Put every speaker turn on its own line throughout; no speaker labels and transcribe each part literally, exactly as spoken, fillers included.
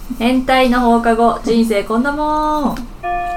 変態の放課後、人生こんなもん。ははは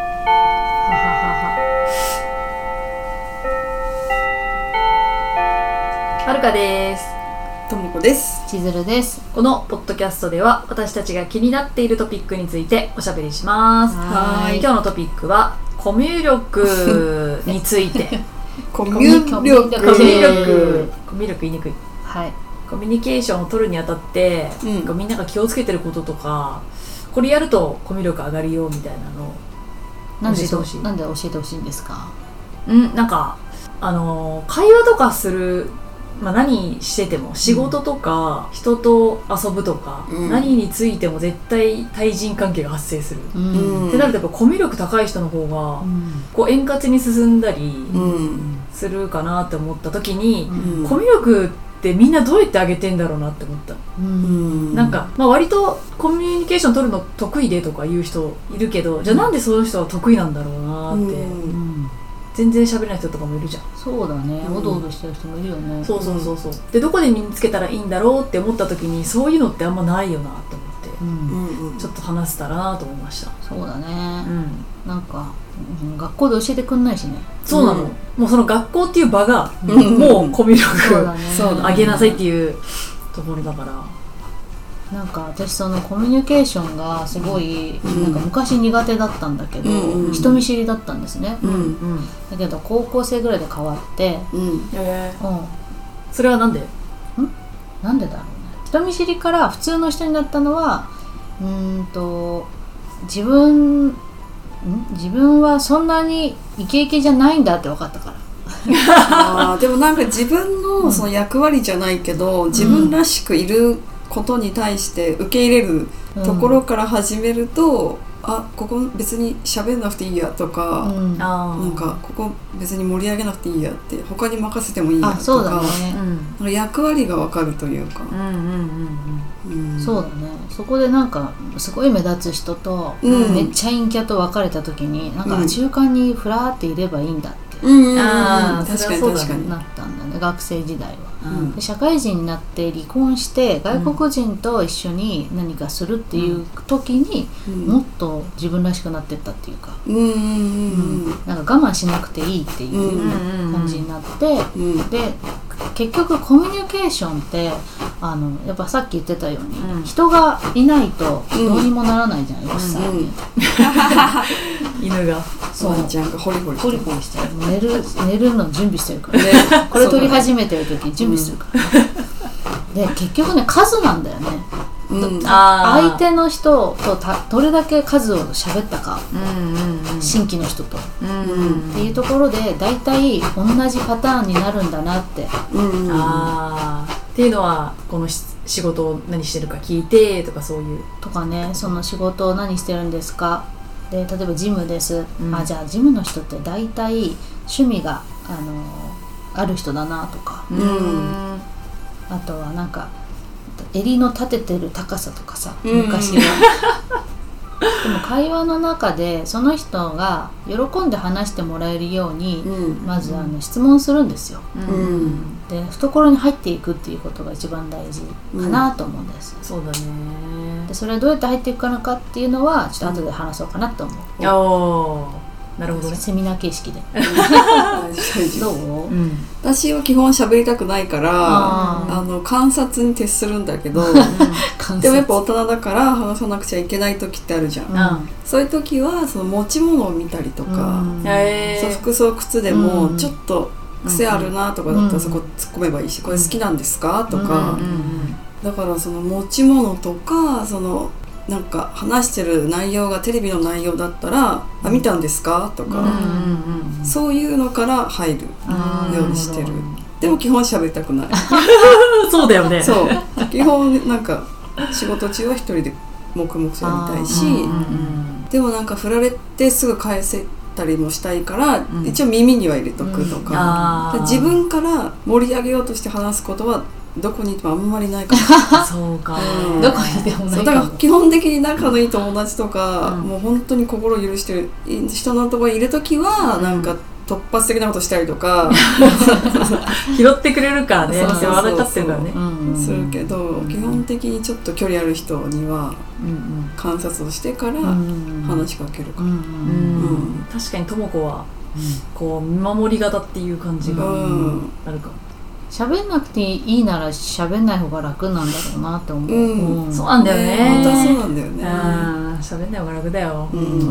はるかです。
ともこです。
ちずるです。
このポッドキャストでは私たちが気になっているトピックについておしゃべりします。
はい。
今日のトピックはコミュ力について。
コミュ力。
コミュ力。コミュ力言いにくい。
はい。
コミュニケーションを取るにあたって、うん、みんなが気をつけてることとか、これやるとコミュ力上がるよみたいなのを教えてほしい。
なんで教えてほしいんですか？
うん、なんかあの会話とかする、まあ、何してても仕事とか、うん、人と遊ぶとか、うん、何についても絶対対人関係が発生する、うん、ってなるとやっぱコミュ力高い人の方が、うん、こう円滑に進んだりするかなって思った時に、うん、コミュ力ってみんなどうやって上げてんだろうなって思った、うん、なんか、まあ、割とコミュニケーション取るの得意でとか言う人いるけど、じゃあなんでその人は得意なんだろうなって、うん、全然喋れない人とかもいるじゃん。
そうだね、おどおどしてる人もいるよね。
そうそうそうそう。でどこで身につけたらいいんだろうって思った時に、そういうのってあんまないよなって思って、うん、ちょっと話せたらなと思いました。
そうだね、うん、なんか、うん、学校で教えてくんないしね。
そうなの、うん、もうその学校っていう場が、うん、もうコミュ力を上げなさいっていうところだから。
なんか私そのコミュニケーションがすごい、うん、なんか昔苦手だったんだけど、うん、人見知りだったんですね、うん、だけど高校生ぐらいで変わって、うん
えーうん、それはなんで？ん
なんでだろうね。人見知りから普通の人になったのは、うーんと自分ん自分はそんなにイケイケじゃないんだって分かったから
あでもなんか自分 の, その役割じゃないけど、うん、自分らしくいることに対して受け入れるところから始めると、うん、あここ別に喋んなくていいやとか、うん、なんかここ別に盛り上げなくていいやって他に任せてもいいやとか、
そうだね、
うん、役割が分かるというか、うんうん
うんうん、そうだね。そこでなんかすごい目立つ人と、うん、めっちゃ陰キャと別れた時になんか中間にフラーっていればいいんだって、
うん、あ確かに確かに
なったんだね、学生時代は、うん、で社会人になって離婚して外国人と一緒に何かするっていう時に、うん、もっと自分らしくなってったっていうか、うんうん、なんか我慢しなくていいっていう感じになって、うん、で結局コミュニケーションってあのやっぱさっき言ってたように、うん、人がいないとどうにもならないじゃないですか、うんうん、
犬が
そうワンちゃんがホリホリ
ホリホリしてる寝る寝るの準備してるから、ね、これ撮り始めてる時準備するから、うん、で結局ね数なんだよね、うん、相手の人とたどれだけ数を喋ったか、うんうんうん、新規の人と、うんうん、っていうところでだいたい同じパターンになるんだなって、うんうん、
あっていうのはこの仕事を何してるか聞いてとかそういう
とかね、その仕事を何してるんですかで、例えばジムです、うん、あじゃあジムの人って大体趣味があのある人だなとか、うん、あとはなんか襟の立ててる高さとかさ、昔は、うん、でも会話の中でその人が喜んで話してもらえるように、うん、まずあの質問するんですよ、うん、で懐に入っていくっていうことが一番大事かなと思うんです、うん、
そうだね。
でそれはどうやって入っていくのかっていうのはちょっと後で話そうかなと思う、
うん、おーなるほどね、
セミナー形式でどう、うん、
私は基本喋りたくないからああの観察に徹するんだけど、うん、でもやっぱ大人だから話さなくちゃいけない時ってあるじゃん、うん、そういう時はその持ち物を見たりとか、うん、そう服装靴でもちょっと癖あるなとかだったらそこ突っ込めばいいし、これ好きなんですかとか、だからその持ち物とかそのなんか話してる内容がテレビの内容だったら、うん、あ見たんですかとか、うんうんうん、そういうのから入るようにしてる。でも基本喋りたくない
そうだよね。
そう基本なんか仕事中は一人で黙々とやりたいし、うんうんうん、でもなんか振られてすぐ返せたりもしたいから、うん、一応耳には入れとくとか、うん、自分から盛り上げようとして話すことはどこにいてもあんまりないかも
そうか、
うん、どこにいてもないかも。
だから基本的に仲のいい友達とか、うん、もう本当に心許してる人のところにいるときは、うん、なんか突発的なことしたりとか
拾ってくれるからね、
そうそうそうそう
分かってるからね、
うんうん、するけど、うん、基本的にちょっと距離ある人には観察をしてから話しかけるから、うんうんうん
うん、確かにともこはこう見守り型っていう感じがあるかも。
喋んなくていいなら喋んない方が楽なんだろうなって思う、
うんうん、そうなんだよね。
本当はそうなんだよね。
喋んない方が楽だよ、うんうん、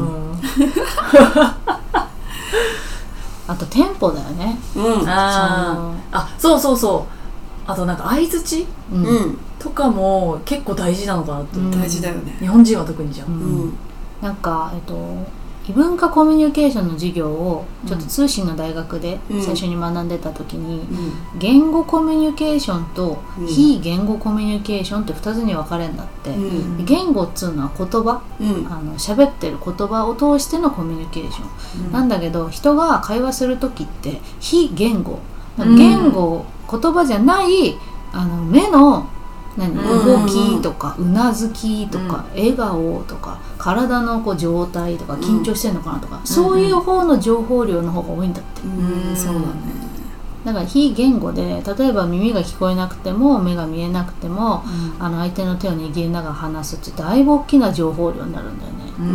あとテンポだよね、
うん、ああそうそうそう、あとなんか相づち、うん、とかも結構大事なのかなと、うん、
大事だよね。
日本人は特にじゃん、うん
うん、なんかえっと異文化コミュニケーションの授業をちょっと通信の大学で最初に学んでた時に、うん、言語コミュニケーションと非言語コミュニケーションってふたつに分かれるんだって、うん、言語っつうのは言葉、うん、あの喋ってる言葉を通してのコミュニケーション、うん、なんだけど人が会話する時って非言語、言語、うん、言葉じゃないあの目の何動きとか、うなずきとか、うん、笑顔とか体のこう状態とか緊張してるのかなとか、うん、そういう方の情報量の方が多いんだって、
うんうん、そうだね。
だから非言語で例えば耳が聞こえなくても目が見えなくても、うん、あの相手の手を握りながら話すってだいぶ大きな情報量になるんだよね、うんうん、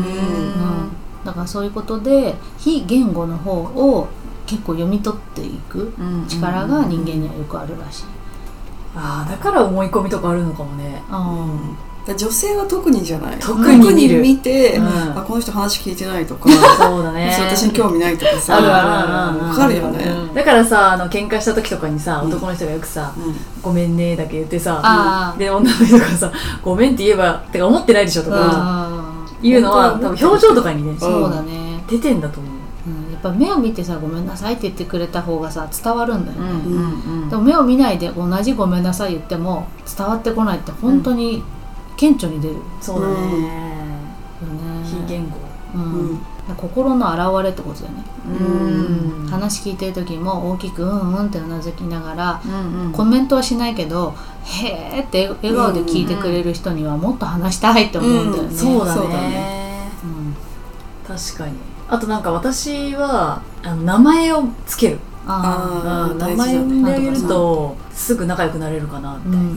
だからそういうことで非言語の方を結構読み取っていく力が人間にはよくあるらしい。
ああ、だから思い込みとかあるのかもね。
うん、女性は特にじゃない。
特に見る。
見て、うん、あこの人話聞いてないとか、
そうだね。
私に興味ないとかさ、わかるよね。
だからさ、あの喧嘩した時とかにさ、男の人がよくさ、うん、ごめんねだけ言ってさ、で女の人がさ、ごめんって言えばってか思ってないでしょとかいうのは多分表情とかにね、
そうだね。
出てんだと思う。
やっぱ目を見てさごめんなさいって言ってくれた方がさ伝わるんだよね、うんうんうん、でも目を見ないで同じごめんなさい言っても伝わってこないって本当に顕著に出る、うん、
そうだね、うん、非言語、
うんうん、心の表れってことだよね、うん、話聞いてる時も大きくうんうんってうなずきながら、うんうん、コメントはしないけどへーって笑顔で聞いてくれる人にはもっと話したいって思うんだよね、うんうん、
そうだね、うん、確かに。あとなんか私はあの名前をつける。ああ、名前を呼んであげるとすぐ仲良くなれるかなみたいな、うんうん、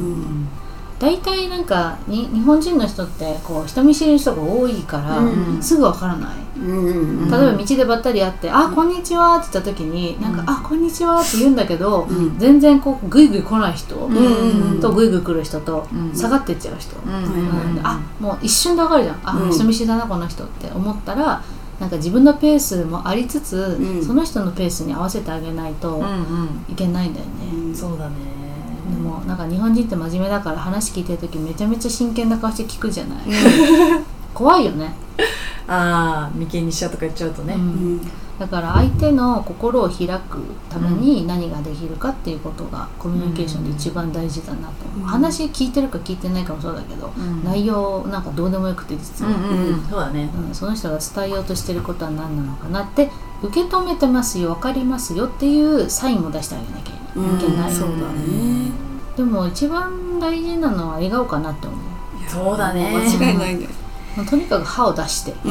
だいたいなんかに日本人の人ってこう人見知りの人が多いから、うん、すぐわからない、うんうん、例えば道でばったり会って、うん、あこんにちはって言った時になんか、うん、あこんにちはって言うんだけど、うん、全然こうグイグイ来ない人、うんうん、とグイグイ来る人と、うん、下がってっちゃう人、うんうんうん、あもう一瞬でわかるじゃん、あ、うん、人見知りだなこの人って思ったらなんか自分のペースもありつつ、うん、その人のペースに合わせてあげないといけないんだよね、
うんうん、そうだね。
でもなんか日本人って真面目だから話聞いてる時めちゃめちゃ真剣な顔して聞くじゃない、うん、怖いよね。
ああ眉間にしちゃうとか言っちゃうとね、うん、
だから相手の心を開くために何ができるかっていうことがコミュニケーションで一番大事だなと思う、うん、話聞いてるか聞いてないかもそうだけど、うん、内容なんかどうでもよくて実は、うんうんうん、そうだね、うん、その人が伝えようとしてることは何なのかなって受け止めてますよ分かりますよっていうサインも出してあげなきゃいけない、うん、そうだね。でも一番大事なのは笑顔かなって思う。
そうだね、
間違いないね。
とにかく歯を出して、うん、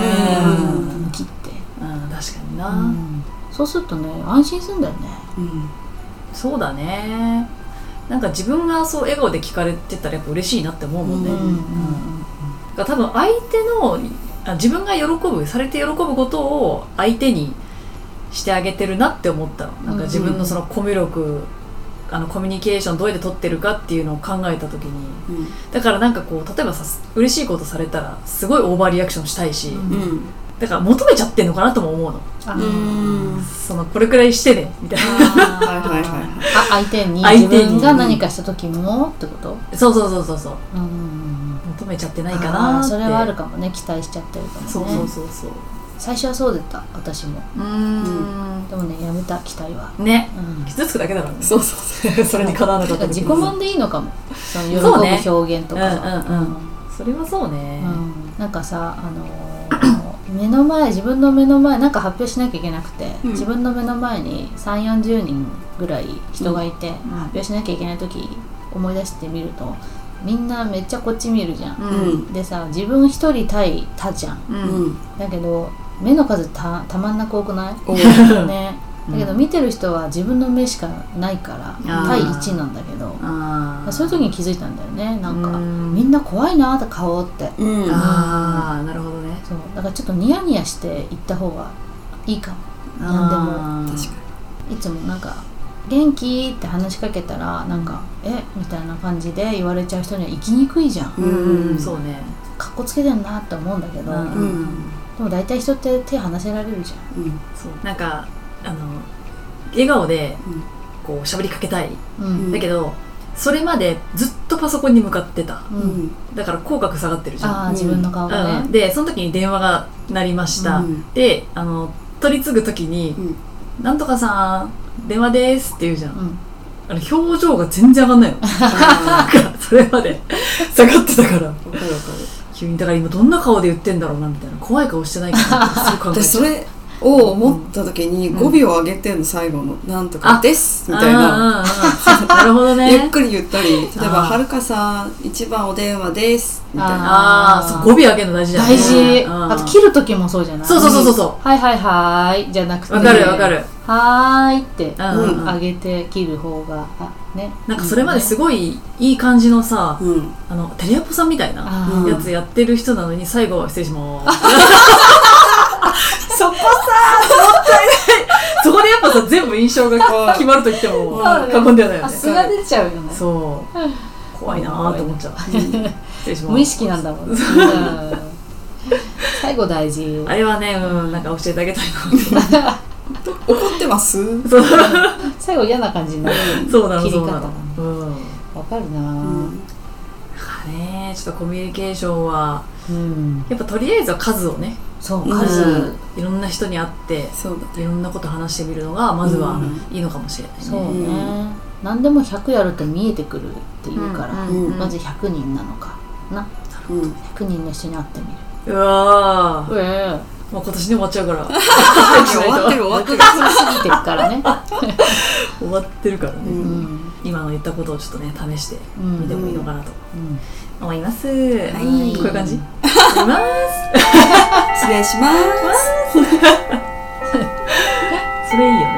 切って、
うん、確かにな、
うん、そうするとね安心するんだよね、
うん、そうだね。なんか自分がそう笑顔で聞かれてたらやっぱ嬉しいなって思うもんね、うんうんうんうん、だから多分相手の自分が喜ぶされて喜ぶことを相手にしてあげてるなって思ったの。なんか自分のそのコミュ力あのコミュニケーションどうやって取ってるかっていうのを考えた時に、うん、だからなんかこう例えばさ嬉しいことされたらすごいオーバーリアクションしたいし、うん、だから求めちゃってんのかなとも思うの。あうんそのこれくらいしてねみたいな
はいはいはい、あ相手に自分が何かした時もってこと。
そうそうそうそうそう、うん、求めちゃってないかなって。
それはあるかもね。期待しちゃってるかもね。
そうそうそうそう。
最初はそうだった私も。うーん、うん、でもねやめた期待はね、
うん、傷つくだけだからね。
そうそうそう
それにかなわなかった。
自己満でいいのかも。その喜ぶ表現とかは、ねうんうんうん、
それはそうね、
うん、なんかさあの目の前自分の目の前なんか発表しなきゃいけなくて、うん、自分の目の前にさんじゅうよんじゅうにんぐらい人がいて、うん、発表しなきゃいけない時思い出してみるとみんなめっちゃこっち見るじゃん、うん、でさ自分一人対他じゃん、うん、だけど目の数 た, たまんなく多くない、ね、 だけど見てる人は自分の目しかないから対いちなんだけど、そういう時に気づいたんだよね。なんかみんな怖いなって顔って、
うん、ああなるほどね。
そうだからちょっとニヤニヤしていった方がいいかも。なんでも確かにいつもなんか元気って話しかけたらなんかえみたいな感じで言われちゃう人には生きにくいじゃん。
うんうん、そうね。
かっこつけてんなって思うんだけど、うん、でも大体人って手離せられるじゃん。うん、
そうなんかあの笑顔でこう喋りかけたい、うん、だけどそれまでずっとパソコンに向かってた、うん、だから口角下がってるじゃん。
あ自分の顔がね、
うん、でその時に電話が鳴りました、うん、であの取り継ぐ時に、うん、なんとかさん電話ですって言うじゃん、うん、あの表情が全然上がんないのそれまで下がってたから分かる分かる。急にだから今どんな顔で言ってんだろうなみたいな、怖い顔してないかなってすごい考えちゃう。
それを思った時に語尾を上げてんの、最後のなんとかですみたいな、
なるほどね。
ゆっくり言ったり、例えばはるかさん一番お電話ですみたいな。
ああ、そう語尾上げるの大事だね。
大事。あと切る時もそうじゃない。
そうそうそうそう。
はいはいはいじゃなくて、
わかるわかる。
はーいって上げて切る方がね。
なんかそれまですごいいい感じのさ、あのテレアポさんみたいなやつやってる人なのに最後は失礼しますそこさもったいないそこでやっぱさ全部印象が決まると言っても過言ではないよね。
素が出ちゃうよね。
そう怖いなーと思っちゃう失礼します。
無意識なんだもんね最後大事。
あれはね、うん、なんか教えてあげたいな
怒ってます
最後嫌な感じになる切り方がね。わかるな、うん、
ね、ちょっとコミュニケーションは、うん、やっぱとりあえずは数をね、
そう数、
うん、いろんな人に会ってそうだ、いろんなこと話してみるのがまずはいいのかもしれないね。
そうね、うん、何でもひゃくやると見えてくるっていうから、うんうん、まずひゃくにんなのかな、うん、ひゃくにんの人に会ってみる。
うわー、
うえ
もう今年で終わっちゃうから
終わってる終わってる
過ぎてるからね
終わってるからね、うん、今の言ったことをちょっとね試してみてもいいのかなと思います、うんうん、はい、こういう感じいます
失礼します
それいいよ